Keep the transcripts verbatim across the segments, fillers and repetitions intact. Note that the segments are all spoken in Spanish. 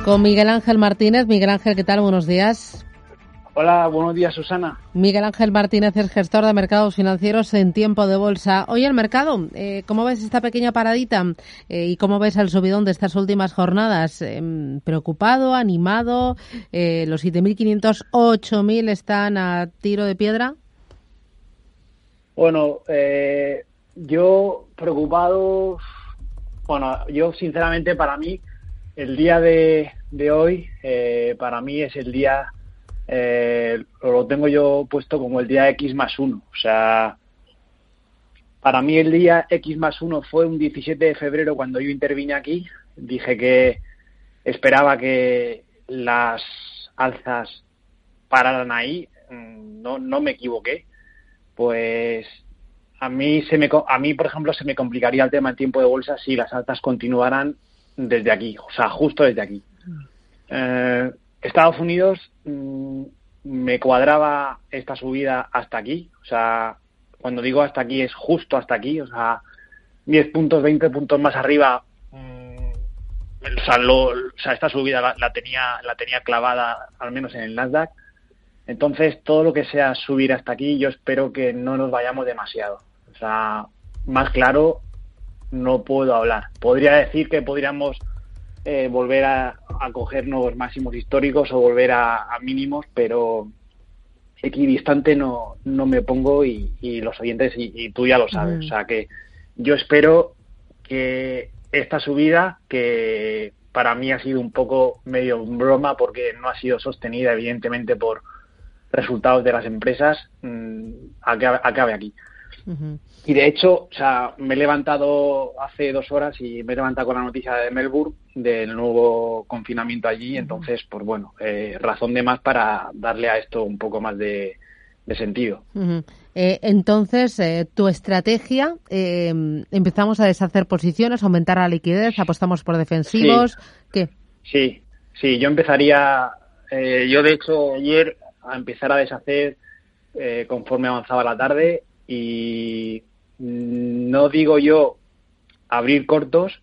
Con Miguel Ángel Martínez. Miguel Ángel, ¿qué tal? Buenos días. Hola, buenos días, Susana. Miguel Ángel Martínez es gestor de mercados financieros en Tiempo de Bolsa. Hoy el mercado, eh, ¿cómo ves esta pequeña paradita eh, y cómo ves el subidón de estas últimas jornadas? Eh, ¿Preocupado, animado? Eh, ¿Los siete mil quinientos, ocho mil están a tiro de piedra? Bueno, eh, yo preocupado, bueno, yo sinceramente para mí, el día de, de hoy, eh, para mí es el día... Eh, lo tengo yo puesto como el día X más uno. O sea, para mí el día X más uno fue un diecisiete de febrero cuando yo intervine aquí. Dije que esperaba que las alzas pararan ahí. No, no me equivoqué. Pues a mí, se me, a mí, por ejemplo, se me complicaría el tema en Tiempo de Bolsa si las alzas continuaran desde aquí. O sea, justo desde aquí. Eh... Estados Unidos mmm, me cuadraba esta subida hasta aquí, o sea, cuando digo hasta aquí es justo hasta aquí, o sea, diez puntos, veinte puntos más arriba, mmm, o, sea, lo, o sea, esta subida la, la tenía la tenía clavada al menos en el Nasdaq. Entonces, todo lo que sea subir hasta aquí, yo espero que no nos vayamos demasiado. O sea, más claro no puedo hablar. Podría decir que podríamos Eh, volver a, a coger nuevos máximos históricos o volver a, a mínimos, pero equidistante no, no me pongo y, y los oyentes y, y tú ya lo sabes. Mm. O sea que yo espero que esta subida, que para mí ha sido un poco medio broma porque no ha sido sostenida evidentemente por resultados de las empresas, mmm, acabe, acabe aquí. Uh-huh. Y de hecho, o sea, me he levantado hace dos horas y me he levantado con la noticia de Melbourne del nuevo confinamiento allí. Entonces, pues bueno, eh, razón de más para darle a esto un poco más de, de sentido. Uh-huh. Eh, entonces, eh, tu estrategia, eh, empezamos a deshacer posiciones, aumentar la liquidez, apostamos por defensivos. Sí. ¿Qué? Sí, sí, yo empezaría, eh, yo de hecho ayer a empezar a deshacer eh, conforme avanzaba la tarde. Y no digo yo abrir cortos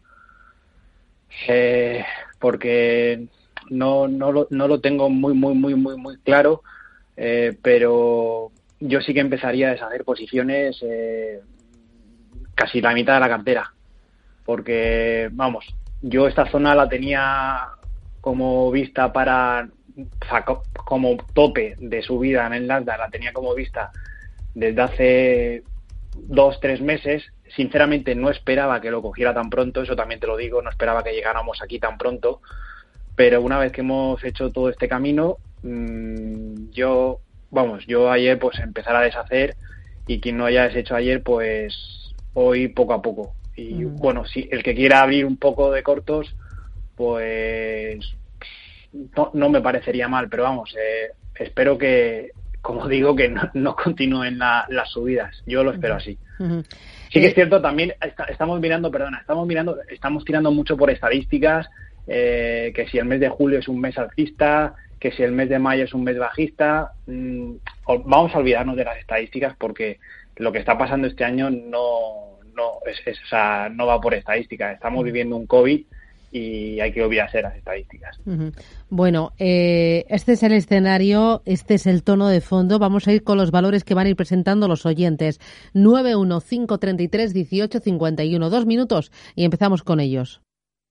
eh, porque no no lo, no lo tengo muy muy muy muy muy claro, eh, pero yo sí que empezaría a deshacer posiciones eh, casi la mitad de la cartera, porque vamos, yo esta zona la tenía como vista para como tope de subida en el Nasdaq, la tenía como vista desde hace dos, tres meses. Sinceramente no esperaba que lo cogiera tan pronto, eso también te lo digo, no esperaba que llegáramos aquí tan pronto, pero una vez que hemos hecho todo este camino, mmm, yo, vamos, yo ayer pues empezar a deshacer y quien no haya deshecho ayer, pues hoy poco a poco. Y mm. bueno, si el que quiera abrir un poco de cortos, pues no, no me parecería mal, pero vamos, eh, espero que como digo, que no, no continúen la, las subidas. Yo lo espero así. Uh-huh. Sí que es cierto, también está, estamos mirando, perdona, estamos mirando, estamos tirando mucho por estadísticas, eh, que si el mes de julio es un mes alcista, que si el mes de mayo es un mes bajista. Mmm, vamos a olvidarnos de las estadísticas porque lo que está pasando este año no, no, es, es, o sea, no va por estadísticas. Estamos viviendo un COVID y hay que olvidarse las estadísticas. Uh-huh. Bueno, eh, este es el escenario, este es el tono de fondo. Vamos a ir con los valores que van a ir presentando los oyentes. nueve uno cinco tres tres uno ocho cinco uno. Dos minutos y empezamos con ellos.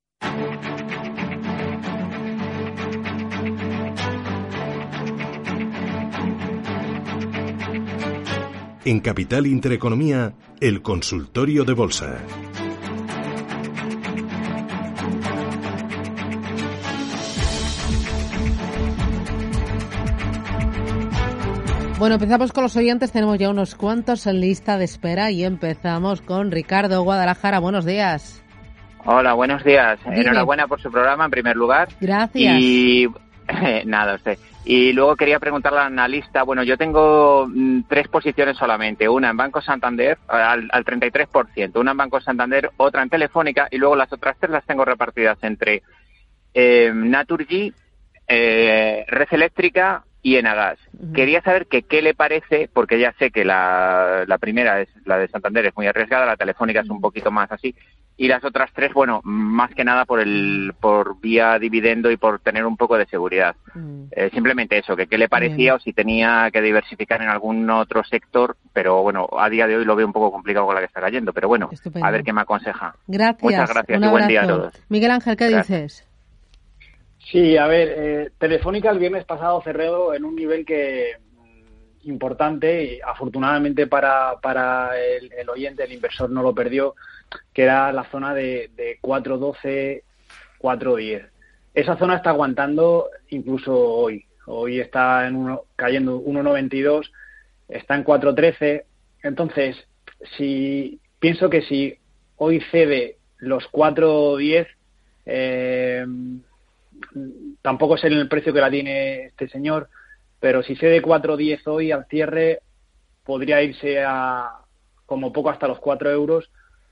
En Capital Intereconomía, el consultorio de bolsa. Bueno, empezamos con los oyentes, tenemos ya unos cuantos en lista de espera y empezamos con Ricardo Guadalajara. Buenos días. Hola, buenos días. Dime. Enhorabuena por su programa, en primer lugar. Gracias. Y nada, usted. Y luego quería preguntarle al analista, bueno, yo tengo mm, tres posiciones solamente, una en Banco Santander al, al treinta y tres por ciento, una en Banco Santander, otra en Telefónica y luego las otras tres las tengo repartidas entre eh, Naturgy, eh, Red Eléctrica y Enagas. Uh-huh. Quería saber que qué le parece, porque ya sé que la, la primera, es la de Santander, es muy arriesgada, la Telefónica es un poquito más así, y las otras tres, bueno, más que nada por el por vía dividendo y por tener un poco de seguridad. Mm. Eh, simplemente eso, que qué le parecía Bien. O si tenía que diversificar en algún otro sector, pero bueno, a día de hoy lo veo un poco complicado con la que está cayendo, pero bueno, Estupendo. A ver qué me aconseja. Gracias. Muchas gracias un y abrazo. Buen día a todos. Miguel Ángel, ¿qué gracias. dices? Sí, a ver, eh, Telefónica el viernes pasado cerró en un nivel que importante y afortunadamente para, para el, el oyente, el inversor no lo perdió, que era la zona de, de cuatro doce, cuatro diez. Esa zona está aguantando incluso hoy. Hoy está en uno, cayendo uno noventa y dos, está en cuatro trece. Entonces, si pienso que si hoy cede los cuatro diez, eh, tampoco es el precio que la tiene este señor, pero si cede cuatro diez hoy al cierre, podría irse a como poco hasta los cuatro euros.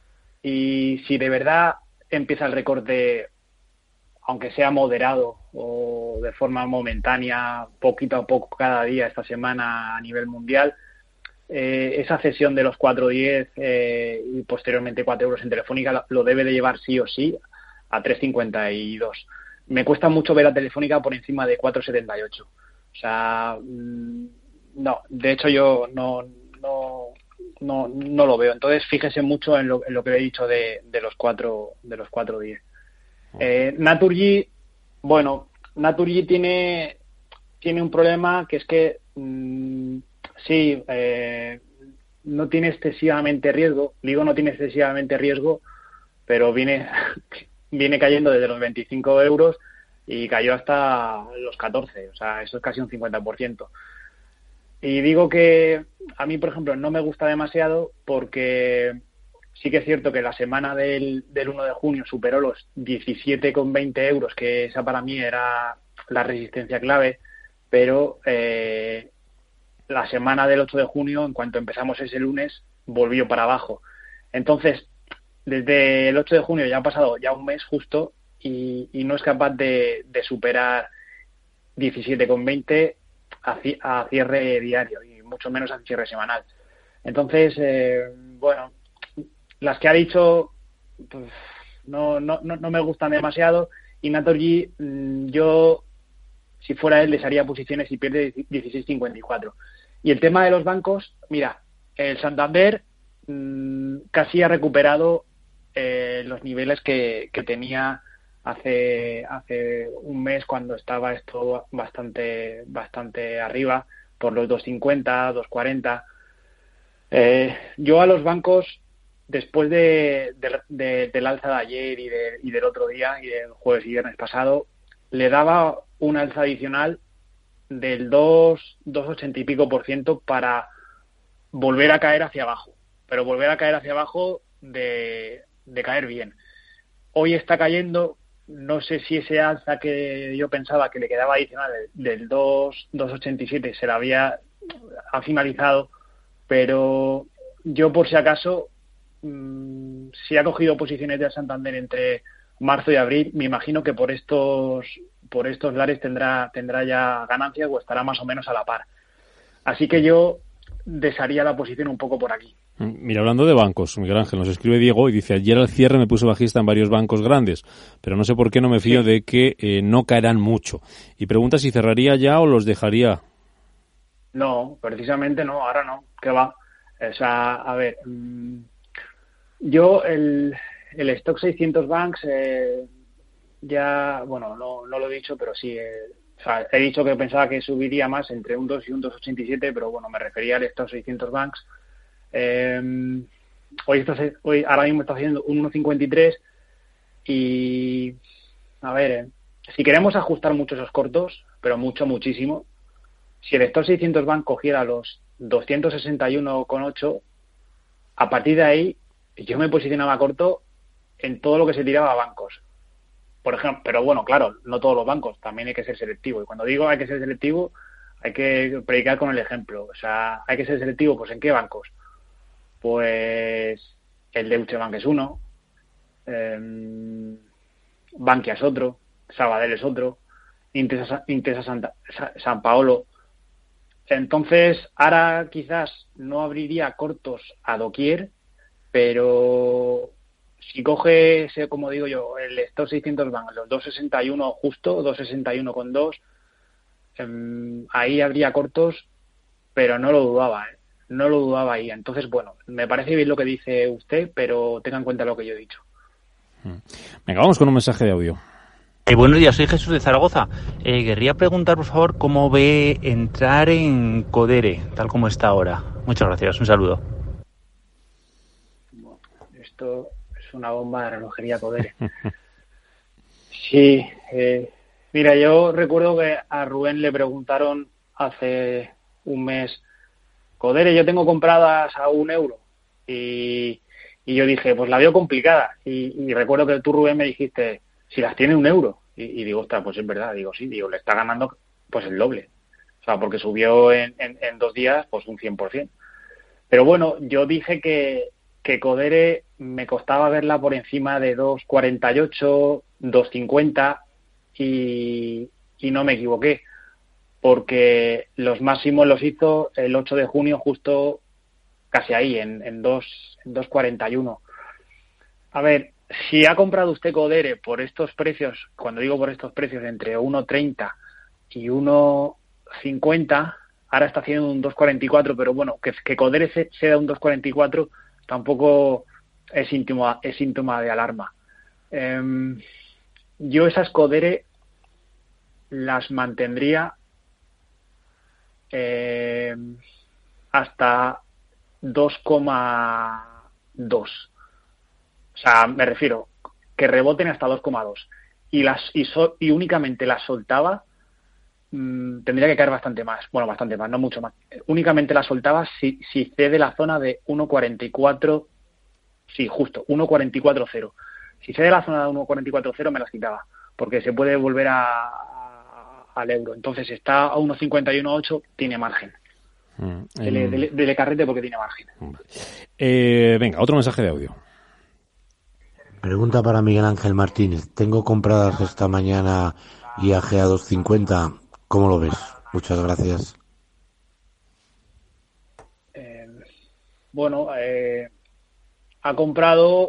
Y si de verdad empieza el recorte, aunque sea moderado o de forma momentánea, poquito a poco cada día esta semana a nivel mundial, eh, esa cesión de los cuatro diez eh, y posteriormente cuatro euros en Telefónica lo debe de llevar sí o sí a tres cincuenta y dos. Me cuesta mucho ver a Telefónica por encima de cuatro setenta y ocho. O sea, no, de hecho yo no no no, no lo veo. Entonces fíjese mucho en lo, en lo que he dicho de, de los cuatro de los cuatro diez. Eh, Naturgy, bueno, Naturgy tiene tiene un problema que es que mmm, sí, eh, no tiene excesivamente riesgo. Digo, no tiene excesivamente riesgo, pero viene viene cayendo desde los veinticinco euros y cayó hasta los catorce, o sea, eso es casi un cincuenta por ciento. Y digo que a mí, por ejemplo, no me gusta demasiado porque sí que es cierto que la semana del, del uno de junio superó los diecisiete con veinte euros, que esa para mí era la resistencia clave, pero eh, la semana del ocho de junio, en cuanto empezamos ese lunes, volvió para abajo. Entonces, desde el ocho de junio ya ha pasado ya un mes justo y, y no es capaz de, de superar diecisiete con veinte a, a cierre diario y mucho menos a cierre semanal. Entonces, eh, bueno, las que ha dicho pues, no, no, no, no me gustan demasiado y Naturgy, yo si fuera él les haría posiciones y pierde dieciséis cincuenta y cuatro. Y el tema de los bancos, mira, el Santander mmm, casi ha recuperado eh, los niveles que, que tenía hace hace un mes cuando estaba esto bastante bastante arriba por los dos cincuenta, dos cuarenta. Eh, yo a los bancos después de, de, de del alza de ayer y, de, y del otro día y del jueves y viernes pasado le daba una alza adicional del dos ochenta y pico por ciento para volver a caer hacia abajo, pero volver a caer hacia abajo de, de caer bien. Hoy está cayendo, no sé si ese alza que yo pensaba que le quedaba adicional del dos ochenta y siete se la había ha finalizado, pero yo por si acaso mmm, si ha cogido posiciones del Santander entre marzo y abril, me imagino que por estos por estos lares tendrá tendrá ya ganancias o estará más o menos a la par. Así que yo desharía la posición un poco por aquí. Mira, hablando de bancos, Miguel Ángel, nos escribe Diego y dice, ayer al cierre me puse bajista en varios bancos grandes, pero no sé por qué no me fío sí. de que eh, no caerán mucho. Y pregunta si cerraría ya o los dejaría. No, precisamente no, ahora no, ¿qué va? O sea, a ver, mmm, yo el, el Stock seiscientos Banks eh, ya, bueno, no, no lo he dicho, pero sí, eh, o sea, he dicho que pensaba que subiría más entre un dos y un dos ochenta y siete, pero bueno, me refería al Stock seiscientos Banks. Eh, hoy, está, hoy ahora mismo está haciendo un uno cincuenta y tres y, a ver, eh, si queremos ajustar mucho esos cortos, pero mucho, muchísimo, si el Stock seiscientos Bank cogiera los doscientos sesenta y uno con ocho, a partir de ahí yo me posicionaba corto en todo lo que se tiraba a bancos. Por ejemplo, pero bueno, claro, no todos los bancos, también hay que ser selectivo. Y cuando digo hay que ser selectivo, hay que predicar con el ejemplo. O sea, hay que ser selectivo, pues ¿en qué bancos? Pues el Deutsche Bank es uno, eh, Bankia es otro, Sabadell es otro, Intesa, Intesa Santa, San Paolo. Entonces, ahora quizás no abriría cortos a doquier, pero si coge, como digo yo, el Stoxx seiscientos van los dos sesenta y uno justo, dos sesenta y uno con dos, eh, ahí habría cortos, pero no lo dudaba, ¿eh? No lo dudaba ahí. Entonces, bueno, me parece bien lo que dice usted, pero tenga en cuenta lo que yo he dicho. Venga, vamos con un mensaje de audio. Eh, buenos días, soy Jesús de Zaragoza. Eh, querría preguntar, por favor, cómo ve entrar en Codere, tal como está ahora. Muchas gracias, un saludo. Bueno, esto es una bomba de relojería Codere. Sí, eh, mira, yo recuerdo que a Rubén le preguntaron hace un mes, Codere, yo tengo compradas a un euro, y, y yo dije, pues la veo complicada, y, y recuerdo que tú, Rubén, me dijiste, si las tiene un euro, y, y digo, ostras, pues es verdad, digo, sí, digo, le está ganando pues el doble, o sea, porque subió en, en, en dos días pues un cien por ciento. Pero bueno, yo dije que, que Codere me costaba verla por encima de dos cuarenta y ocho, dos cincuenta, y, y no me equivoqué, porque los máximos los hizo el ocho de junio justo casi ahí, en, en dos cuarenta y uno. A ver, si ha comprado usted Codere por estos precios, cuando digo por estos precios, entre uno treinta y uno cincuenta, ahora está haciendo un dos cuarenta y cuatro, pero bueno, que, que Codere se, sea un dos cuarenta y cuatro tampoco es síntoma, es síntoma de alarma. Eh, yo esas Codere las mantendría Eh, hasta dos coma dos, o sea, me refiero que reboten hasta dos coma dos, y las y, so, y únicamente las soltaba, mmm, tendría que caer bastante más, bueno, bastante más, no mucho más, únicamente las soltaba si, si cede la zona de uno cuarenta y cuatro, sí, justo, uno cuarenta y cuatro cero, si cede la zona de uno cuarenta y cuatro cero me las quitaba, porque se puede volver a al euro. Entonces está a uno cincuenta y uno ocho, tiene margen. Mm, dele, eh, dele, dele carrete porque tiene margen. Eh, venga, otro mensaje de audio. Pregunta para Miguel Ángel Martínez. Tengo compradas esta mañana I A G a dos cincuenta. ¿Cómo lo ves? Muchas gracias. Eh, bueno, eh, ha comprado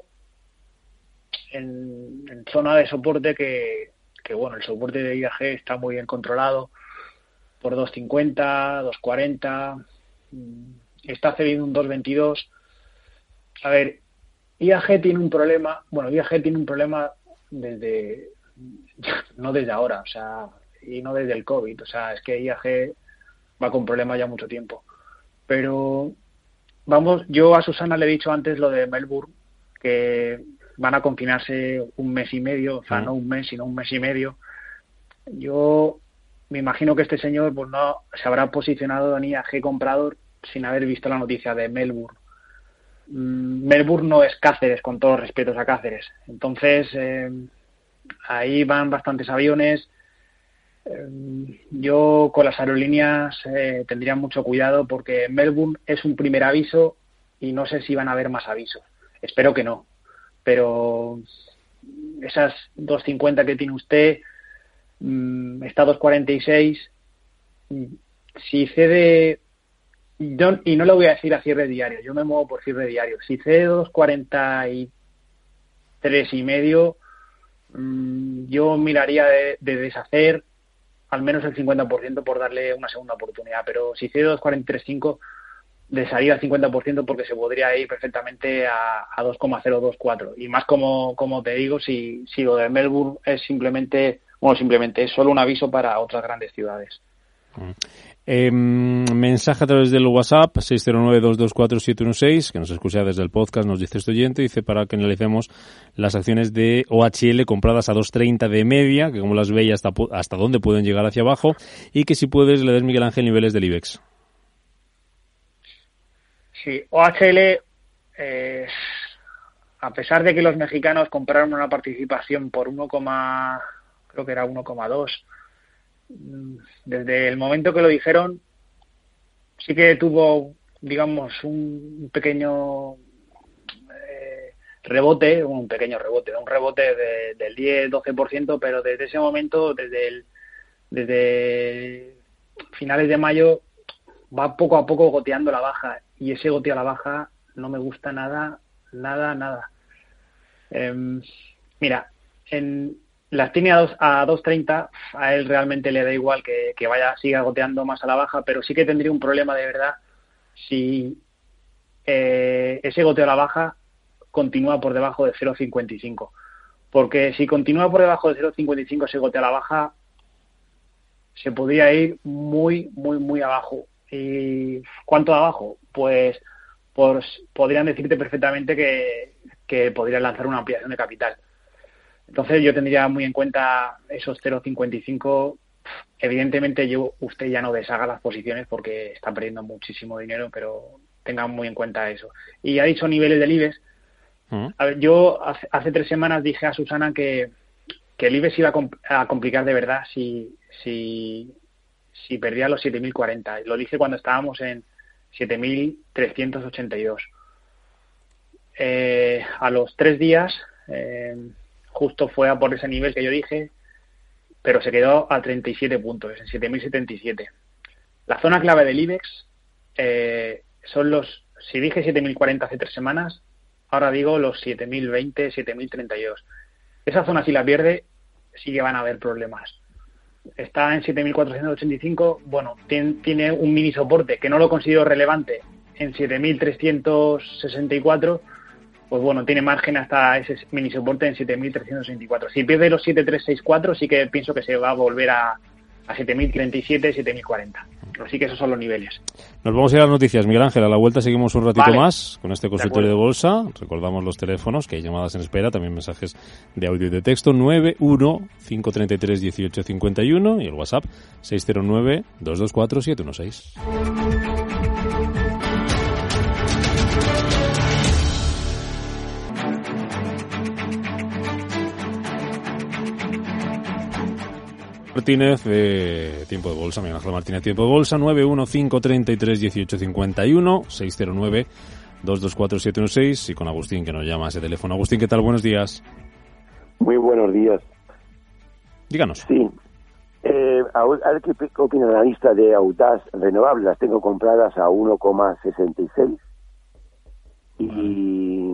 en, en zona de soporte que que bueno, el soporte de I A G está muy bien controlado por dos cincuenta, dos cuarenta, está cediendo un dos veintidós. A ver, I A G tiene un problema, bueno, I A G tiene un problema desde, no desde ahora, o sea, y no desde el COVID, o sea, es que I A G va con problemas ya mucho tiempo. Pero, vamos, yo a Susana le he dicho antes lo de Melbourne, que van a confinarse un mes y medio, o sea, no un mes, sino un mes y medio. Yo me imagino que este señor pues no se habrá posicionado en I A G comprador sin haber visto la noticia de Melbourne. Mm, Melbourne no es Cáceres, con todos los respetos a Cáceres. Entonces, eh, ahí van bastantes aviones. Eh, yo con las aerolíneas eh, tendría mucho cuidado porque Melbourne es un primer aviso y no sé si van a haber más avisos. Espero que no. Pero esas dos cincuenta que tiene usted, mmm, está dos cuarenta y seis, si cede, yo, y no lo voy a decir a cierre diario, yo me muevo por cierre diario, si cede dos cuarenta y tres y medio, mmm, yo miraría de, de deshacer al menos el cincuenta por ciento por darle una segunda oportunidad, pero si cede dos cuarenta y tres cinco, de salir al cincuenta por ciento porque se podría ir perfectamente a, a dos coma cero dos cuatro. Y más como, como te digo, si, si lo de Melbourne es simplemente, bueno, simplemente es solo un aviso para otras grandes ciudades. Eh, mensaje a través del WhatsApp seis cero nueve, dos dos cuatro, siete uno seis, que nos escucha desde el podcast, nos dice este oyente, dice para que analicemos las acciones de O H L compradas a dos treinta de media, que como las ve hasta, hasta dónde pueden llegar hacia abajo, y que si puedes le des, Miguel Ángel, niveles del IBEX. Sí, O H L, eh, a pesar de que los mexicanos compraron una participación por uno, creo que era uno coma dos, desde el momento que lo dijeron, sí que tuvo, digamos, un pequeño eh, rebote, un pequeño rebote, un rebote de, del diez doce por ciento, pero desde ese momento, desde el, desde finales de mayo, va poco a poco goteando la baja, y ese goteo a la baja no me gusta nada, nada, nada. Eh, mira, en las tiene a, dos, a dos treinta, a él realmente le da igual que, que vaya, siga goteando más a la baja, pero sí que tendría un problema de verdad si eh, ese goteo a la baja continúa por debajo de cero coma cincuenta y cinco. Porque si continúa por debajo de cero coma cincuenta y cinco ese goteo a la baja, se podría ir muy, muy, muy abajo. ¿Y cuánto abajo? Pues, pues podrían decirte perfectamente que, que podrían lanzar una ampliación de capital. Entonces yo tendría muy en cuenta esos cero coma cincuenta y cinco. Evidentemente yo usted ya no deshaga las posiciones porque está perdiendo muchísimo dinero, pero tengan muy en cuenta eso. Y ha dicho niveles del IBEX. Uh-huh. A ver, yo hace, hace tres semanas dije a Susana que, que el IBEX iba a, comp- a complicar de verdad si, si, si perdía los siete mil cuarenta. Lo dije cuando estábamos en siete mil trescientos ochenta y dos. Eh, a los tres días... Eh, justo fue a por ese nivel que yo dije, pero se quedó a treinta y siete puntos, en siete mil setenta y siete. La zona clave del IBEX eh, son los, si dije siete mil cuarenta hace tres semanas, ahora digo los siete mil veinte, siete mil treinta y dos. Esa zona, si la pierde, sí que van a haber problemas. Está en siete mil cuatrocientos ochenta y cinco, bueno, tiene, tiene un mini soporte que no lo considero relevante en siete mil trescientos sesenta y cuatro. Pues bueno, tiene margen hasta ese mini soporte en siete mil trescientos sesenta y cuatro. Si pierde los siete mil trescientos sesenta y cuatro, sí que pienso que se va a volver a, a siete mil treinta y siete, siete mil cuarenta. Así que esos son los niveles. Nos vamos a ir a las noticias, Miguel Ángel. A la vuelta seguimos un ratito vale. más con este consultorio de, de bolsa. Recordamos los teléfonos, que hay llamadas en espera, también mensajes de audio y de texto, nueve uno cinco tres tres uno ocho cinco uno y el WhatsApp seis cero nueve dos dos cuatro siete uno seis. Martínez de Tiempo de Bolsa, Miguel Ángel Martínez, Tiempo de Bolsa, nueve uno cinco tres tres uno ocho cinco uno, seis cero nueve dos dos cuatro siete uno seis, y con Agustín, que nos llama a ese teléfono. Agustín, ¿qué tal? Buenos días. Muy buenos días. Díganos. Sí. Eh, a ver qué opina la lista de Audaz renovables. Las tengo compradas a uno coma sesenta y seis. Y,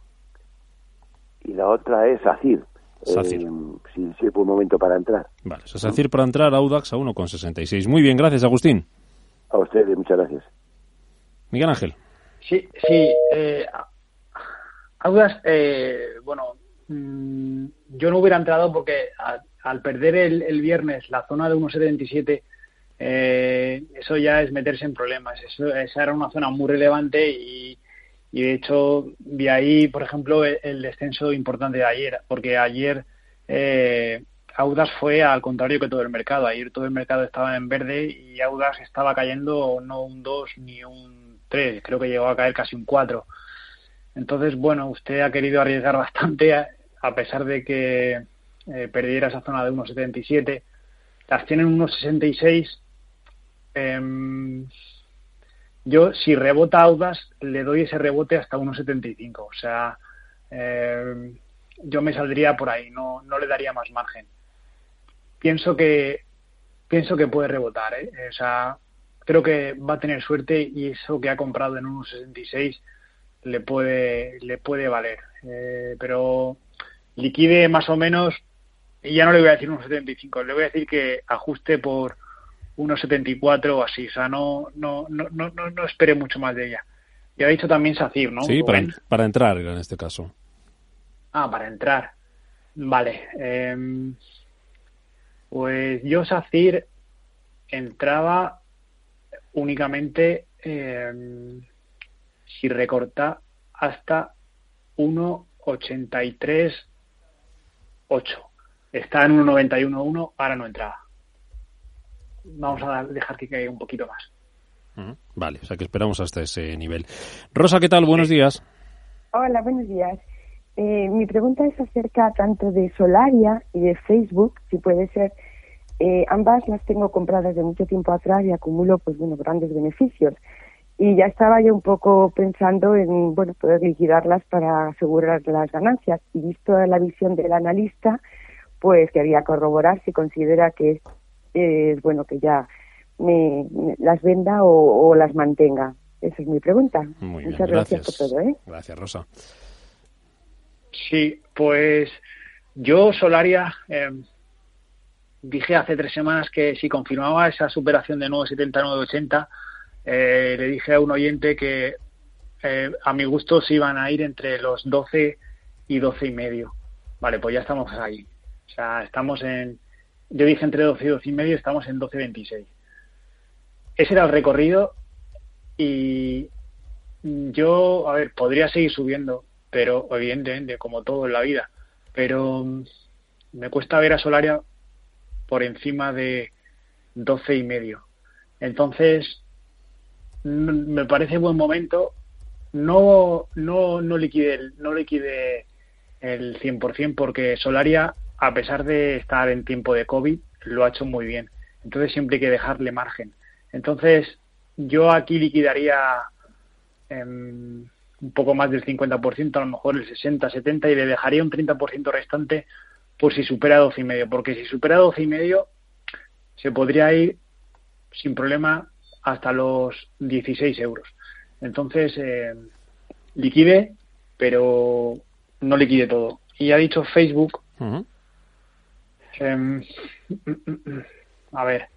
y la otra es Acir. Sacir. Eh, si, si es buen momento para entrar. Vale, es Sacir para entrar, Audax a uno coma sesenta y seis. Muy bien, gracias, Agustín. A ustedes, muchas gracias. Miguel Ángel. Sí, sí. Eh, Audax, eh, bueno, mmm, yo no hubiera entrado porque a, al perder el, el viernes la zona de uno coma setenta y siete, eh, eso ya es meterse en problemas. Eso, esa era una zona muy relevante y Y de hecho, vi ahí, por ejemplo, el, el descenso importante de ayer, porque ayer eh, Audax fue al contrario que todo el mercado. Ayer todo el mercado estaba en verde y Audax estaba cayendo no un dos ni un tres, creo que llegó a caer casi un cuatro. Entonces, bueno, usted ha querido arriesgar bastante, a, a pesar de que eh, perdiera esa zona de uno coma setenta y siete. Las tienen uno coma sesenta y seis. Eh, Yo, si rebota Audax, le doy ese rebote hasta uno coma setenta y cinco. O sea, eh, yo me saldría por ahí, no no le daría más margen. Pienso que pienso que puede rebotar, ¿eh? O sea, creo que va a tener suerte y eso que ha comprado en uno coma sesenta y seis le puede le puede valer. Eh, pero liquide más o menos, y ya no le voy a decir uno coma setenta y cinco, le voy a decir que ajuste por uno coma setenta y cuatro o así, o sea, no no no no no espere mucho más de ella. Y ha dicho también Sacir, ¿no? Sí, para, para entrar en este caso. Ah, para entrar. Vale. Eh, pues yo Sacir entraba únicamente eh, si recorta hasta uno coma ochenta y tres ocho. Está en uno coma noventa y uno uno, ahora no entraba. Vamos a dejar que caiga un poquito más. Uh-huh. Vale, o sea que esperamos hasta ese nivel. Rosa, ¿qué tal? Buenos sí. días. Hola, buenos días. Eh, mi pregunta es acerca tanto de Solaria y de Facebook, si puede ser. Eh, ambas las tengo compradas de mucho tiempo atrás y acumulo, pues bueno, grandes beneficios. Y ya estaba yo un poco pensando en, bueno, poder liquidarlas para asegurar las ganancias. Y visto la visión del analista, pues quería corroborar si considera que es es bueno que ya me, me las venda o, o las mantenga. Esa es mi pregunta. Muy Muchas bien, gracias. gracias por todo, ¿eh? Gracias, Rosa. Sí, pues yo Solaria eh, dije hace tres semanas que si confirmaba esa superación de nueve setenta, nueve ochenta, eh, le dije a un oyente que eh, a mi gusto se iban a ir entre los doce y doce y medio. Vale, pues ya estamos ahí. O sea, estamos en, yo dije entre doce y doce y medio, estamos en doce veintiséis. Ese era el recorrido y yo, a ver, podría seguir subiendo, pero evidentemente, como todo en la vida, pero me cuesta ver a Solaria por encima de doce y medio. Entonces, me parece buen momento. No, no, no liquide, no liquide el cien por ciento porque Solaria, a pesar de estar en tiempo de COVID, lo ha hecho muy bien. Entonces siempre hay que dejarle margen. Entonces, yo aquí liquidaría eh, un poco más del cincuenta por ciento, a lo mejor el sesenta, setenta, y le dejaría un treinta por ciento restante por si supera doce y medio, porque si supera doce y medio se podría ir sin problema hasta los dieciséis euros. Entonces, eh, liquide, pero no liquide todo. Y ha dicho Facebook, uh-huh. eh, a ver,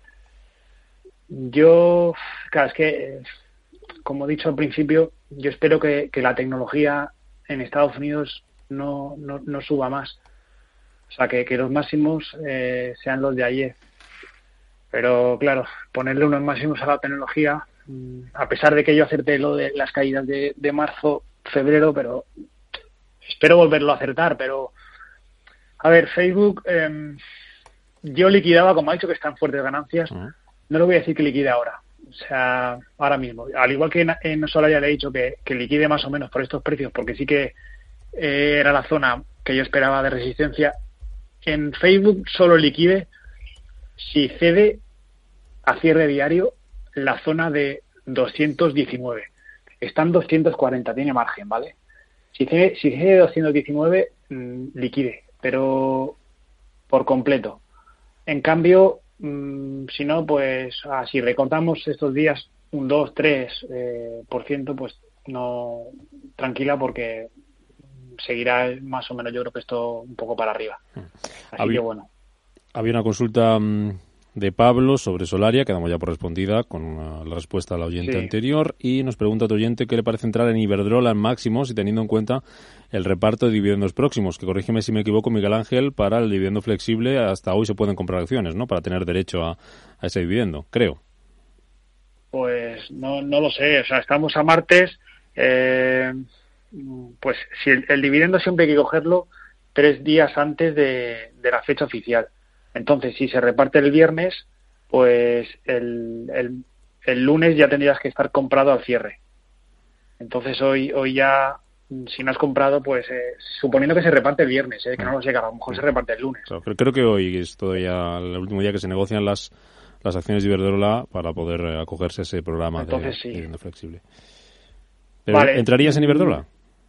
yo, claro, es que, como he dicho al principio, yo espero que, que la tecnología en Estados Unidos no, no, no suba más. O sea, que, que los máximos eh, sean los de ayer. Pero, claro, ponerle unos máximos a la tecnología, a pesar de que yo acerté lo de las caídas de, de marzo, febrero, pero espero volverlo a acertar. Pero, a ver, Facebook, eh, yo liquidaba, como ha dicho que están fuertes ganancias, uh-huh. no le voy a decir que liquide ahora. O sea, ahora mismo. Al igual que en, en Solaria le he dicho que, que liquide más o menos por estos precios, porque sí que eh, era la zona que yo esperaba de resistencia. En Facebook solo liquide si cede a cierre diario la zona de doscientos diecinueve. Está en doscientos cuarenta, tiene margen, ¿vale? Si cede, si cede doscientos diecinueve, mmm, liquide, pero por completo. En cambio, mmm, si no, pues ah, si recortamos estos días un dos, tres eh, por ciento, pues no, tranquila, porque seguirá más o menos, yo creo que esto un poco para arriba. Así había, que bueno. Había una consulta um, de Pablo sobre Solaria, que damos ya por respondida con uh, la respuesta a la oyente sí. anterior, y nos pregunta a tu oyente qué le parece entrar en Iberdrola en máximos y teniendo en cuenta el reparto de dividendos próximos, que corrígeme si me equivoco, Miguel Ángel, para el dividendo flexible hasta hoy se pueden comprar acciones, ¿no? Para tener derecho a, a ese dividendo, creo. Pues no, no lo sé, o sea, estamos a martes, eh... pues si el, el dividendo siempre hay que cogerlo tres días antes de, de la fecha oficial. Entonces, si se reparte el viernes, pues el, el, el lunes ya tendrías que estar comprado al cierre. Entonces hoy hoy ya, si no has comprado, pues eh, suponiendo que se reparte el viernes, eh, que no lo sé, que a lo mejor se reparte el lunes. Claro, creo que hoy es todavía el último día que se negocian las, las acciones de Iberdrola para poder acogerse a ese programa. Entonces, de sí. dividendo flexible. ¿Pero vale. ¿Entrarías en Iberdrola?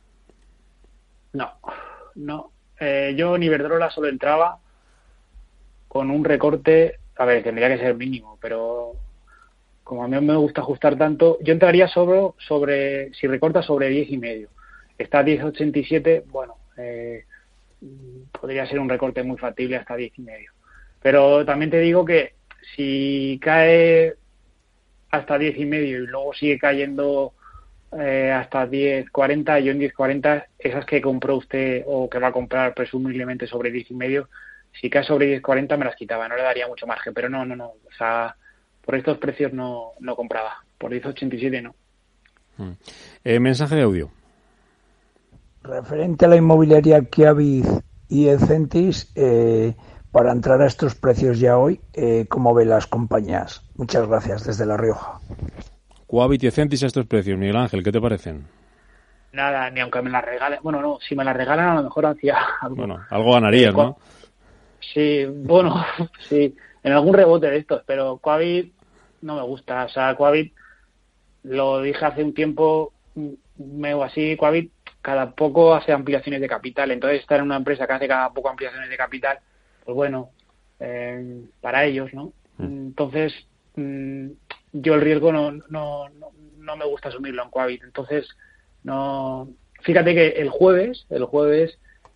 No, no. Eh, yo en Iberdrola solo entraba con un recorte, a ver, tendría que ser mínimo, pero como a mí me gusta ajustar tanto, yo entraría sobre, sobre si recorta sobre diez y medio. Está a diez ochenta y siete, bueno, eh, podría ser un recorte muy factible hasta diez y medio. Pero también te digo que si cae hasta diez y medio y luego sigue cayendo Eh, hasta diez cuarenta, yo en diez cuarenta, esas que compró usted o que va a comprar presumiblemente sobre diez y medio, si cae sobre diez cuarenta me las quitaba, no le daría mucho margen, pero no, no, no, o sea, por estos precios no, no compraba, por diez ochenta y siete no. Mm. Eh, mensaje de audio. Referente a la inmobiliaria Kiaviz y Ecentis, eh, para entrar a estos precios ya hoy, eh, ¿cómo ve las compañías? Muchas gracias, desde La Rioja. Coavit y Ecentis a estos precios, Miguel Ángel, ¿qué te parecen? Nada, ni aunque me las regalen. Bueno, no, si me las regalan a lo mejor hacía algo. Bueno, algo ganarías, ¿no? Sí, bueno, sí, en algún rebote de estos, pero Coavit no me gusta. O sea, Coavit, lo dije hace un tiempo, medio así, Coavit cada poco hace ampliaciones de capital. Entonces, estar en una empresa que hace cada poco ampliaciones de capital, pues bueno, eh, para ellos, ¿no? Mm. Entonces, mmm, yo el riesgo no, no, no, no me gusta asumirlo en Coavit. Entonces, no. Fíjate que el jueves, el jueves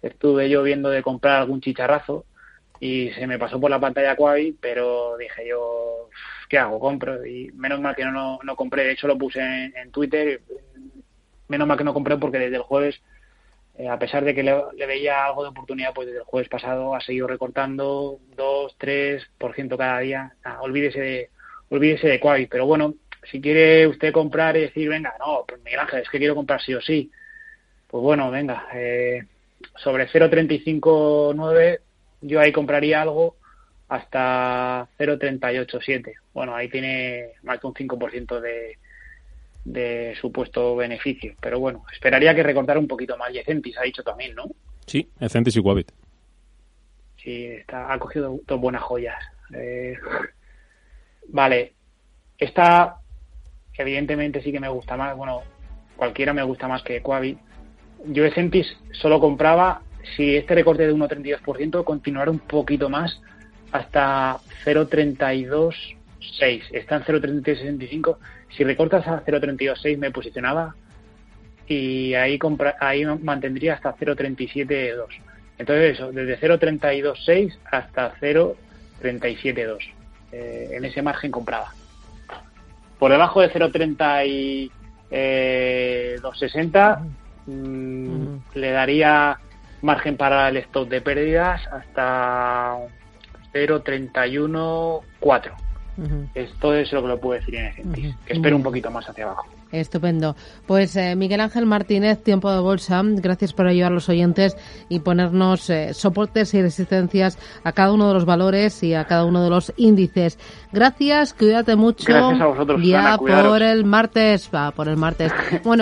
estuve yo viendo de comprar algún chicharrazo y se me pasó por la pantalla Quavi, pero dije yo, ¿qué hago? Compro. Y menos mal que no, no, no compré, de hecho lo puse en, en Twitter, menos mal que no compré porque desde el jueves, eh, a pesar de que le, le veía algo de oportunidad, pues desde el jueves pasado ha seguido recortando dos, tres por ciento cada día. Ah, olvídese de, olvídese de Quavi, pero bueno, si quiere usted comprar y decir, venga, no, pues Miguel Ángel, es que quiero comprar sí o sí, pues bueno, venga, eh, sobre cero coma treinta y cinco nueve yo ahí compraría algo hasta cero coma treinta y ocho siete. Bueno, ahí tiene más de un cinco por ciento de, de supuesto beneficio. Pero bueno, esperaría que recortara un poquito más. Y Ecentis ha dicho también, ¿no? Sí, Ecentis y Quabit. Sí, está, ha cogido dos buenas joyas. Eh, vale, esta evidentemente sí que me gusta más. Bueno, cualquiera me gusta más que Quabit. Yo Ecentis solo compraba si este recorte de uno coma treinta y dos por ciento continuara un poquito más hasta cero coma treinta y dos seis. Está en cero coma treinta y sesenta y cinco. Si recortas a cero coma treinta y dos seis me posicionaba y ahí compra, ahí mantendría hasta cero coma treinta y siete dos. Entonces eso, desde cero coma treinta y dos seis hasta cero coma treinta y siete dos. Eh, en ese margen compraba. Por debajo de cero coma treinta y dos sesenta mmm, uh-huh. le daría margen para el stop de pérdidas hasta cero coma treinta y uno cuatro. Uh-huh. Esto es lo que lo puedo decir en Ecentis, uh-huh. que espero un poquito más hacia abajo. Estupendo. Pues eh, Miguel Ángel Martínez, Tiempo de Bolsa, gracias por ayudar a los oyentes y ponernos eh, soportes y resistencias a cada uno de los valores y a cada uno de los índices. Gracias, cuídate mucho. Gracias a vosotros, ya Susana, por el martes, va, por el martes. Bueno.